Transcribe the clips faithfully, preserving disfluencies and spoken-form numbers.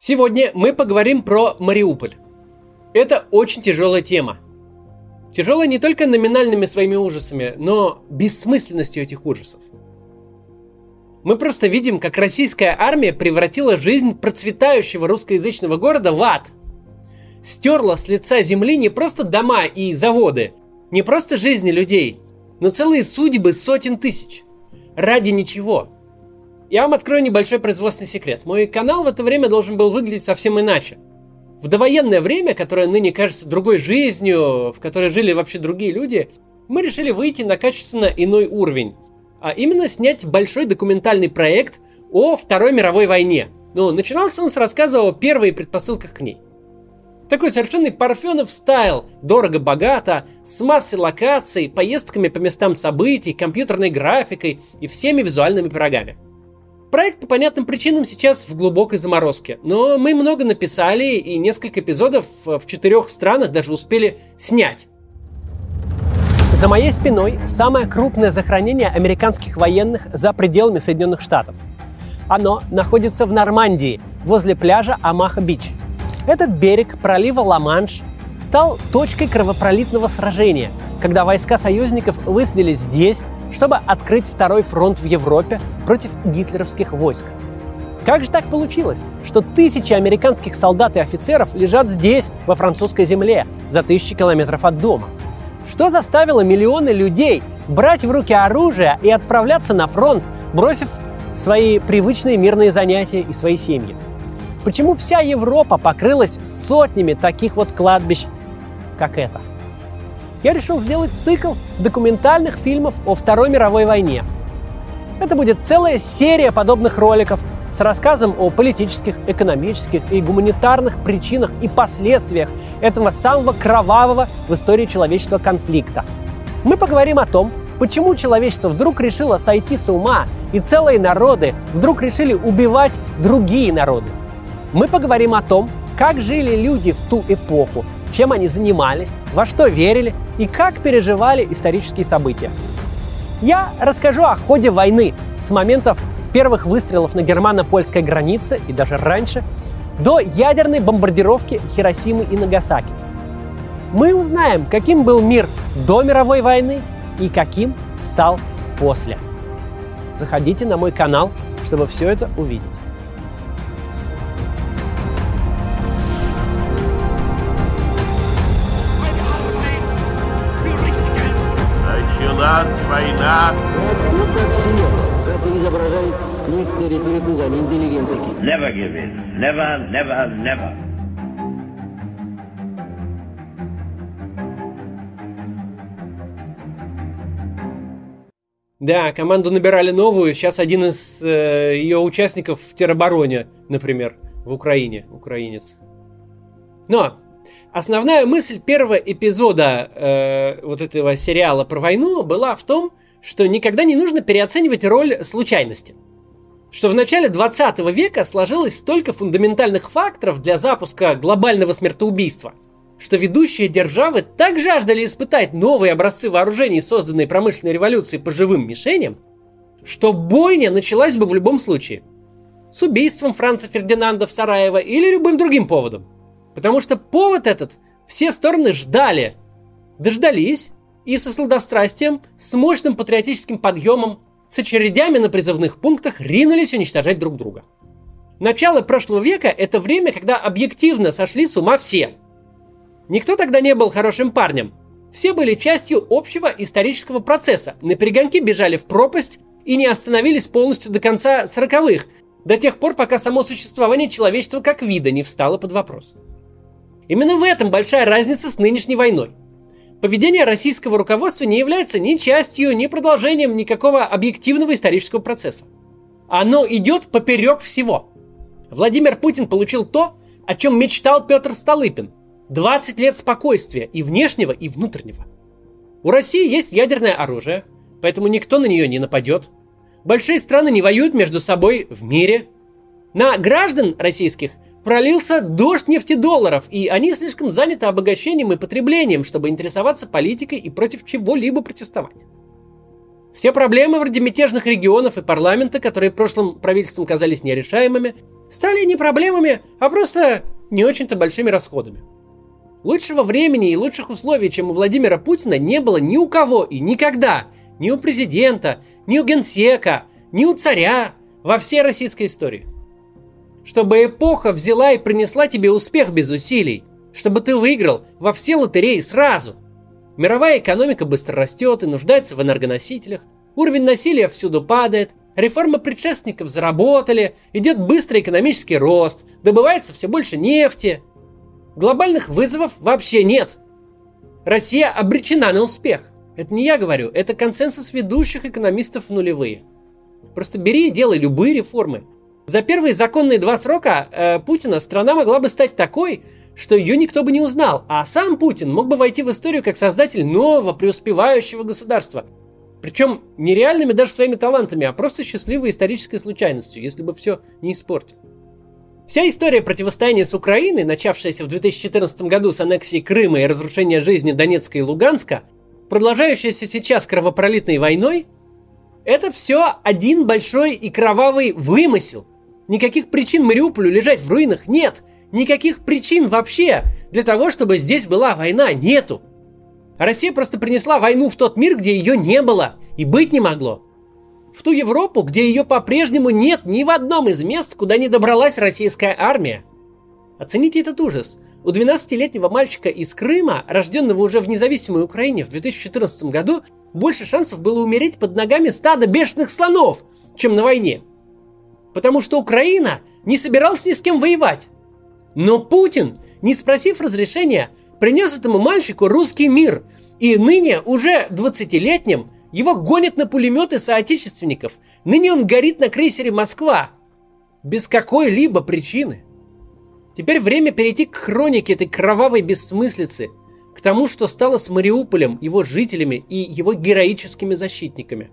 Сегодня мы поговорим про Мариуполь. Это очень тяжелая тема. Тяжелая не только номинальными своими ужасами, но бессмысленностью этих ужасов. Мы просто видим, как российская армия превратила жизнь процветающего русскоязычного города в ад. Стерла с лица земли не просто дома и заводы, не просто жизни людей, но целые судьбы сотен тысяч. Ради ничего. Я вам открою небольшой производственный секрет. Мой канал в это время должен был выглядеть совсем иначе. В довоенное время, которое ныне кажется другой жизнью, в которой жили вообще другие люди, мы решили выйти на качественно иной уровень. А именно снять большой документальный проект о Второй мировой войне. Ну, начинался он с рассказа о первой предпосылках к ней. Такой совершенный Парфенов стайл, дорого-богато, с массой локаций, поездками по местам событий, компьютерной графикой и всеми визуальными пирогами. Проект по понятным причинам сейчас в глубокой заморозке, но мы много написали и несколько эпизодов в четырех странах даже успели снять. За моей спиной самое крупное захоронение американских военных за пределами Соединенных Штатов. Оно находится в Нормандии, возле пляжа Омаха-Бич. Этот берег пролива Ла-Манш стал точкой кровопролитного сражения, когда войска союзников высадились здесь, чтобы открыть второй фронт в Европе против гитлеровских войск. Как же так получилось, что тысячи американских солдат и офицеров лежат здесь, во французской земле, за тысячи километров от дома? Что заставило миллионы людей брать в руки оружие и отправляться на фронт, бросив свои привычные мирные занятия и свои семьи? Почему вся Европа покрылась сотнями таких вот кладбищ, как это? Я решил сделать цикл документальных фильмов о Второй мировой войне. Это будет целая серия подобных роликов с рассказом о политических, экономических и гуманитарных причинах и последствиях этого самого кровавого в истории человечества конфликта. Мы поговорим о том, почему человечество вдруг решило сойти с ума, и целые народы вдруг решили убивать другие народы. Мы поговорим о том, как жили люди в ту эпоху, чем они занимались, во что верили и как переживали исторические события. Я расскажу о ходе войны с моментов первых выстрелов на германо-польской границе и даже раньше, до ядерной бомбардировки Хиросимы и Нагасаки. Мы узнаем, каким был мир до мировой войны и каким стал после. Заходите на мой канал, чтобы все это увидеть. Началась война. Вот так сильно, как изображает некоторые перепугания интеллигентики. Never give in. Never, never, never. Да, команду набирали новую. Сейчас один из э, ее участников в теробороне, например, в Украине, украинец. Но основная мысль первого эпизода э, вот этого сериала про войну была в том, что никогда не нужно переоценивать роль случайности. Что в начале двадцатого века сложилось столько фундаментальных факторов для запуска глобального смертоубийства, что ведущие державы так жаждали испытать новые образцы вооружений, созданные промышленной революцией по живым мишеням, что бойня началась бы в любом случае. С убийством Франца Фердинанда в Сараево или любым другим поводом. Потому что повод этот все стороны ждали. Дождались и со сладострастием, с мощным патриотическим подъемом, с очередями на призывных пунктах ринулись уничтожать друг друга. Начало прошлого века – это время, когда объективно сошли с ума все. Никто тогда не был хорошим парнем. Все были частью общего исторического процесса, наперегонки бежали в пропасть и не остановились полностью до конца сороковых, до тех пор, пока само существование человечества как вида не встало под вопрос. Именно в этом большая разница с нынешней войной. Поведение российского руководства не является ни частью, ни продолжением никакого объективного исторического процесса. Оно идет поперек всего. Владимир Путин получил то, о чем мечтал Петр Столыпин. двадцать лет спокойствия и внешнего, и внутреннего. У России есть ядерное оружие, поэтому никто на нее не нападет. Большие страны не воюют между собой в мире. На граждан российских пролился дождь нефтедолларов, и они слишком заняты обогащением и потреблением, чтобы интересоваться политикой и против чего-либо протестовать. Все проблемы вроде мятежных регионов и парламента, которые прошлым правительством казались нерешаемыми, стали не проблемами, а просто не очень-то большими расходами. Лучшего времени и лучших условий, чем у Владимира Путина, не было ни у кого и никогда. Ни у президента, ни у генсека, ни у царя во всей российской истории. Чтобы эпоха взяла и принесла тебе успех без усилий. Чтобы ты выиграл во все лотереи сразу. Мировая экономика быстро растет и нуждается в энергоносителях. Уровень насилия всюду падает. Реформы предшественников заработали. Идет быстрый экономический рост. Добывается все больше нефти. Глобальных вызовов вообще нет. Россия обречена на успех. Это не я говорю, это консенсус ведущих экономистов в нулевые. Просто бери и делай любые реформы. За первые законные два срока э, Путина страна могла бы стать такой, что ее никто бы не узнал, а сам Путин мог бы войти в историю как создатель нового преуспевающего государства. Причем не реальными даже своими талантами, а просто счастливой исторической случайностью, если бы все не испортил. Вся история противостояния с Украиной, начавшаяся в две тысячи четырнадцатом году с аннексии Крыма и разрушения жизни Донецка и Луганска, продолжающаяся сейчас кровопролитной войной, это все один большой и кровавый вымысел. Никаких причин Мариуполю лежать в руинах нет. Никаких причин вообще для того, чтобы здесь была война, нету. Россия просто принесла войну в тот мир, где ее не было и быть не могло. В ту Европу, где ее по-прежнему нет ни в одном из мест, куда не добралась российская армия. Оцените этот ужас. У двенадцатилетнего мальчика из Крыма, рожденного уже в независимой Украине в две тысячи четырнадцатом году, больше шансов было умереть под ногами стада бешеных слонов, чем на войне. Потому что Украина не собиралась ни с кем воевать. Но Путин, не спросив разрешения, принес этому мальчику русский мир. И ныне, уже двадцатилетним, его гонят на пулеметы соотечественников. Ныне он горит на крейсере «Москва». Без какой-либо причины. Теперь время перейти к хронике этой кровавой бессмыслицы. К тому, что стало с Мариуполем, его жителями и его героическими защитниками.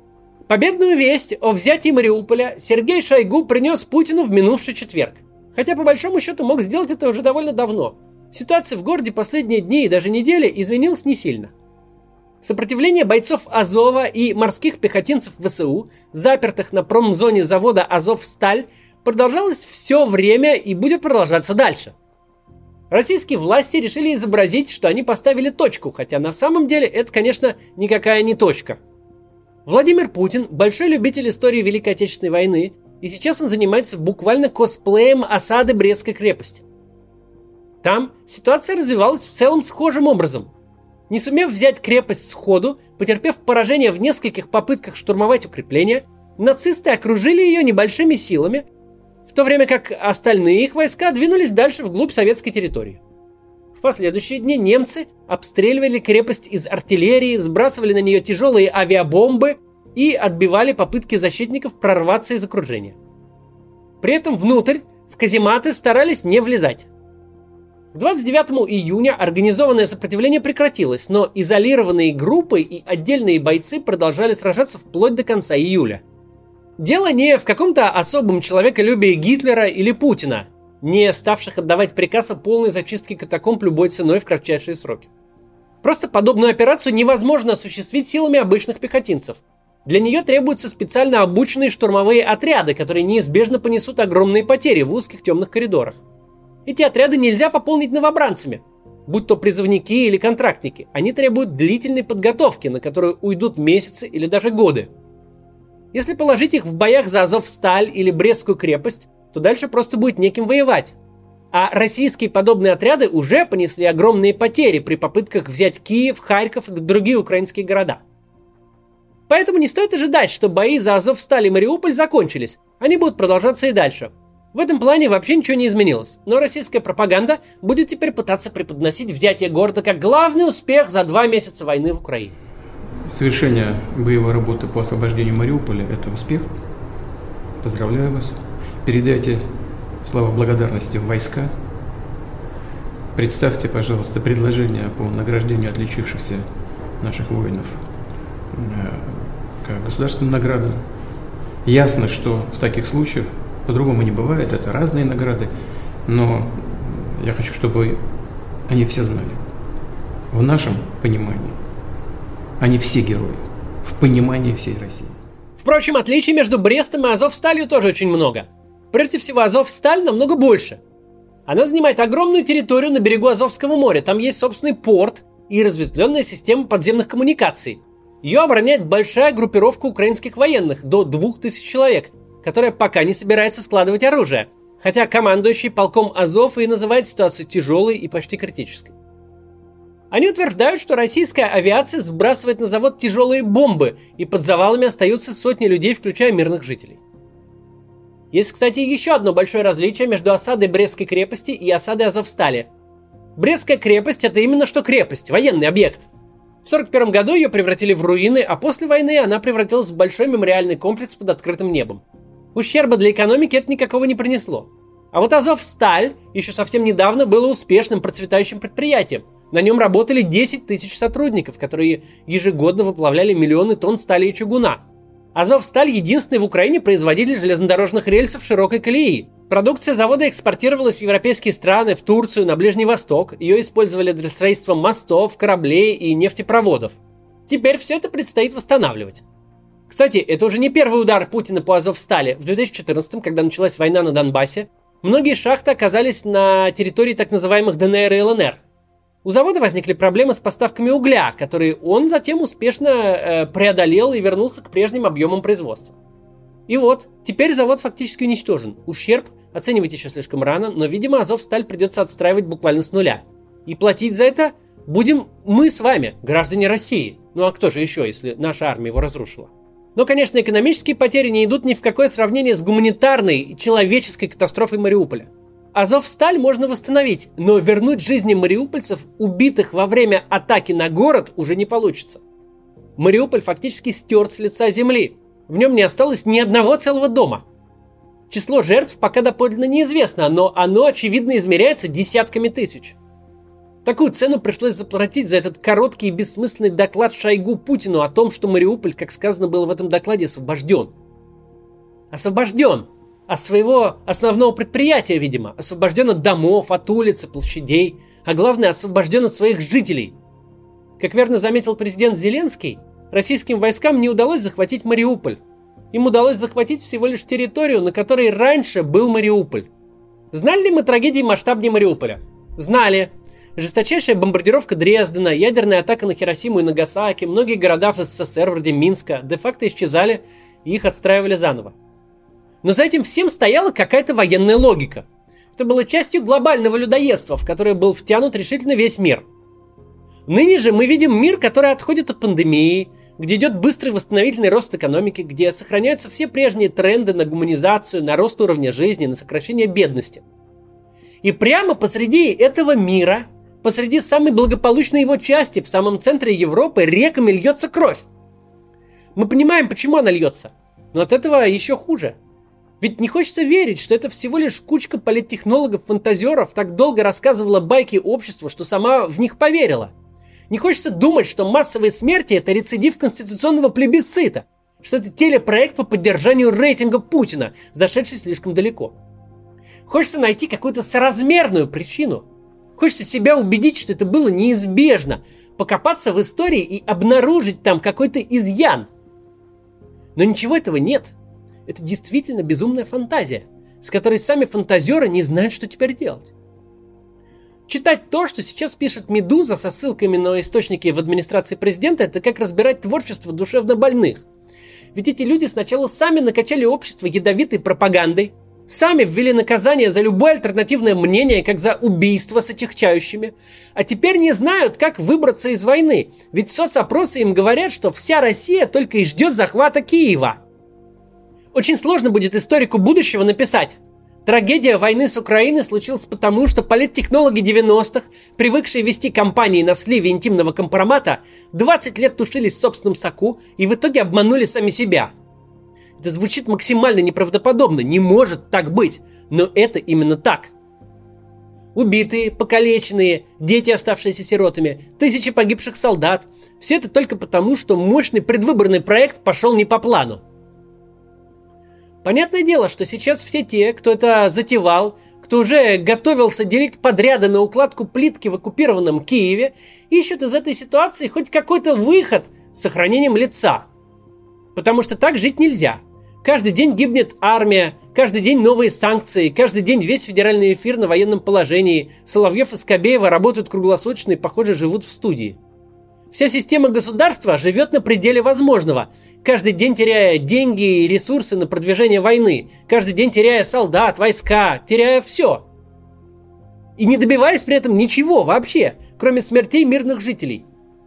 Победную весть о взятии Мариуполя Сергей Шойгу принес Путину в минувший четверг. Хотя по большому счету мог сделать это уже довольно давно. Ситуация в городе последние дни и даже недели изменилась не сильно. Сопротивление бойцов Азова и морских пехотинцев ВСУ, запертых на промзоне завода «Азовсталь», продолжалось все время и будет продолжаться дальше. Российские власти решили изобразить, что они поставили точку, хотя на самом деле это, конечно, никакая не точка. Владимир Путин – большой любитель истории Великой Отечественной войны, и сейчас он занимается буквально косплеем осады Брестской крепости. Там ситуация развивалась в целом схожим образом. Не сумев взять крепость сходу, потерпев поражение в нескольких попытках штурмовать укрепления, нацисты окружили ее небольшими силами, в то время как остальные их войска двинулись дальше вглубь советской территории. В последующие дни немцы обстреливали крепость из артиллерии, сбрасывали на нее тяжелые авиабомбы и отбивали попытки защитников прорваться из окружения. При этом внутрь, в казематы, старались не влезать. К двадцать девятому июня организованное сопротивление прекратилось, но изолированные группы и отдельные бойцы продолжали сражаться вплоть до конца июля. Дело не в каком-то особом человеколюбии Гитлера или Путина, не ставших отдавать приказ о полной зачистке катакомб любой ценой в кратчайшие сроки. Просто подобную операцию невозможно осуществить силами обычных пехотинцев. Для нее требуются специально обученные штурмовые отряды, которые неизбежно понесут огромные потери в узких темных коридорах. Эти отряды нельзя пополнить новобранцами, будь то призывники или контрактники. Они требуют длительной подготовки, на которую уйдут месяцы или даже годы. Если положить их в боях за Азовсталь или Брестскую крепость, то дальше просто будет неким воевать. А российские подобные отряды уже понесли огромные потери при попытках взять Киев, Харьков и другие украинские города. Поэтому не стоит ожидать, что бои за Азовсталь и Мариуполь закончились. Они будут продолжаться и дальше. В этом плане вообще ничего не изменилось, но российская пропаганда будет теперь пытаться преподносить взятие города как главный успех за два месяца войны в Украине. Совершение боевой работы по освобождению Мариуполя – это успех. Поздравляю вас. Передайте слова благодарности в войска. Представьте, пожалуйста, предложение по награждению отличившихся наших воинов к государственным наградам. Ясно, что в таких случаях по-другому не бывает, это разные награды, но я хочу, чтобы они все знали. В нашем понимании они все герои, в понимании всей России. Впрочем, отличий между Брестом и Азовсталью тоже очень много. Прежде всего, Азовсталь намного больше. Она занимает огромную территорию на берегу Азовского моря. Там есть собственный порт и разветвленная система подземных коммуникаций. Ее обороняет большая группировка украинских военных, до двух тысяч человек, которая пока не собирается складывать оружие. Хотя командующий полком Азов и называет ситуацию тяжелой и почти критической. Они утверждают, что российская авиация сбрасывает на завод тяжелые бомбы, и под завалами остаются сотни людей, включая мирных жителей. Есть, кстати, еще одно большое различие между осадой Брестской крепости и осадой Азовстали. Брестская крепость – это именно что крепость, военный объект. В сорок первом году ее превратили в руины, а после войны она превратилась в большой мемориальный комплекс под открытым небом. Ущерба для экономики это никакого не принесло. А вот Азовсталь еще совсем недавно было успешным, процветающим предприятием. На нем работали десять тысяч сотрудников, которые ежегодно выплавляли миллионы тонн стали и чугуна. Азовсталь – единственный в Украине производитель железнодорожных рельсов широкой колеи. Продукция завода экспортировалась в европейские страны, в Турцию, на Ближний Восток. Ее использовали для строительства мостов, кораблей и нефтепроводов. Теперь все это предстоит восстанавливать. Кстати, это уже не первый удар Путина по Азовстали. В две тысячи четырнадцатом, когда началась война на Донбассе, многие шахты оказались на территории так называемых ДНР и ЛНР. У завода возникли проблемы с поставками угля, которые он затем успешно э, преодолел и вернулся к прежним объемам производства. И вот, теперь завод фактически уничтожен. Ущерб оценивать еще слишком рано, но, видимо, Азовсталь придется отстраивать буквально с нуля. И платить за это будем мы с вами, граждане России. Ну а кто же еще, если наша армия его разрушила? Но, конечно, экономические потери не идут ни в какое сравнение с гуманитарной и человеческой катастрофой Мариуполя. Азовсталь можно восстановить, но вернуть жизни мариупольцев, убитых во время атаки на город, уже не получится. Мариуполь фактически стерт с лица земли. В нем не осталось ни одного целого дома. Число жертв пока доподлинно неизвестно, но оно, очевидно, измеряется десятками тысяч. Такую цену пришлось заплатить за этот короткий и бессмысленный доклад Шойгу Путину о том, что Мариуполь, как сказано было в этом докладе, освобожден. Освобожден! От своего основного предприятия, видимо. Освобожден от домов, от улиц, от площадей. А главное, освобожден от своих жителей. Как верно заметил президент Зеленский, российским войскам не удалось захватить Мариуполь. Им удалось захватить всего лишь территорию, на которой раньше был Мариуполь. Знали ли мы трагедии масштабнее Мариуполя? Знали. Жесточайшая бомбардировка Дрездена, ядерная атака на Хиросиму и Нагасаки, многие города в СССР, вроде Минска, де-факто исчезали и их отстраивали заново. Но за этим всем стояла какая-то военная логика. Это было частью глобального людоедства, в которое был втянут решительно весь мир. Ныне же мы видим мир, который отходит от пандемии, где идет быстрый восстановительный рост экономики, где сохраняются все прежние тренды на гуманизацию, на рост уровня жизни, на сокращение бедности. И прямо посреди этого мира, посреди самой благополучной его части, в самом центре Европы, реками льется кровь. Мы понимаем, почему она льется, но от этого еще хуже. Ведь не хочется верить, что это всего лишь кучка политтехнологов-фантазеров так долго рассказывала байки обществу, что сама в них поверила. Не хочется думать, что массовые смерти – это рецидив конституционного плебисцита, что это телепроект по поддержанию рейтинга Путина, зашедший слишком далеко. Хочется найти какую-то соразмерную причину. Хочется себя убедить, что это было неизбежно, покопаться в истории и обнаружить там какой-то изъян. Но ничего этого нет. Это действительно безумная фантазия, с которой сами фантазеры не знают, что теперь делать. Читать то, что сейчас пишет «Медуза» со ссылками на источники в администрации президента, это как разбирать творчество душевнобольных. Ведь эти люди сначала сами накачали общество ядовитой пропагандой, сами ввели наказание за любое альтернативное мнение, как за убийство с отягчающими, а теперь не знают, как выбраться из войны, ведь соцопросы им говорят, что вся Россия только и ждет захвата Киева. Очень сложно будет историку будущего написать: трагедия войны с Украиной случилась потому, что политтехнологи девяностых, привыкшие вести кампании на сливе интимного компромата, двадцать лет тушились в собственном соку и в итоге обманули сами себя. Это звучит максимально неправдоподобно, не может так быть, но это именно так. Убитые, покалеченные, дети, оставшиеся сиротами, тысячи погибших солдат – все это только потому, что мощный предвыборный проект пошел не по плану. Понятное дело, что сейчас все те, кто это затевал, кто уже готовился делить подряды на укладку плитки в оккупированном Киеве, ищут из этой ситуации хоть какой-то выход с сохранением лица. Потому что так жить нельзя. Каждый день гибнет армия, каждый день новые санкции, каждый день весь федеральный эфир на военном положении. Соловьев и Скобеева работают круглосуточно и, похоже, живут в студии. Вся система государства живет на пределе возможного, каждый день теряя деньги и ресурсы на продвижение войны, каждый день теряя солдат, войска, теряя все. И не добиваясь при этом ничего вообще, кроме смертей мирных жителей.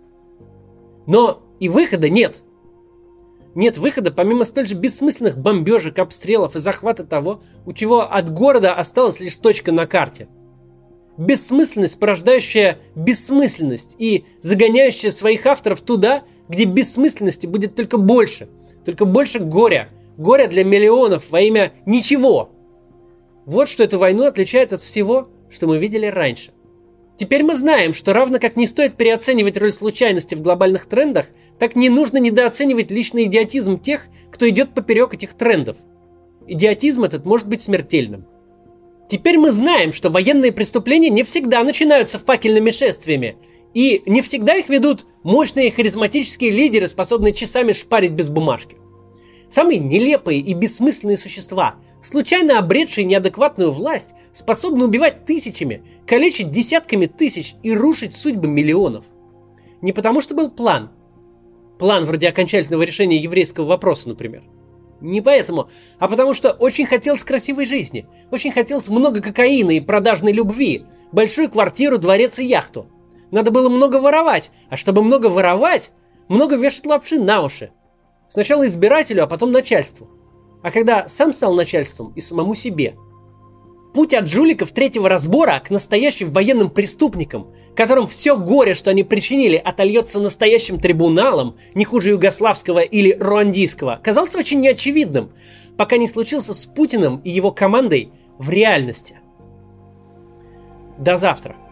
Но и выхода нет. Нет выхода, помимо столь же бессмысленных бомбежек, обстрелов и захвата того, у чего от города осталась лишь точка на карте. Бессмысленность, порождающая бессмысленность и загоняющая своих авторов туда, где бессмысленности будет только больше. Только больше горя. Горя для миллионов во имя ничего. Вот что эту войну отличает от всего, что мы видели раньше. Теперь мы знаем, что равно как не стоит переоценивать роль случайности в глобальных трендах, так не нужно недооценивать личный идиотизм тех, кто идет поперек этих трендов. Идиотизм этот может быть смертельным. Теперь мы знаем, что военные преступления не всегда начинаются факельными шествиями, и не всегда их ведут мощные харизматические лидеры, способные часами шпарить без бумажки. Самые нелепые и бессмысленные существа, случайно обретшие неадекватную власть, способны убивать тысячами, калечить десятками тысяч и рушить судьбы миллионов. Не потому, что был план. План вроде окончательного решения еврейского вопроса, например. Не поэтому, а потому что очень хотелось красивой жизни, очень хотелось много кокаина и продажной любви, большую квартиру, дворец и яхту. Надо было много воровать, а чтобы много воровать, много вешать лапши на уши. Сначала избирателю, а потом начальству. А когда сам стал начальством и самому себе. Путь от жуликов третьего разбора к настоящим военным преступникам, которым все горе, что они причинили, отольется настоящим трибуналом, не хуже югославского или руандийского, казался очень неочевидным, пока не случился с Путиным и его командой в реальности. До завтра.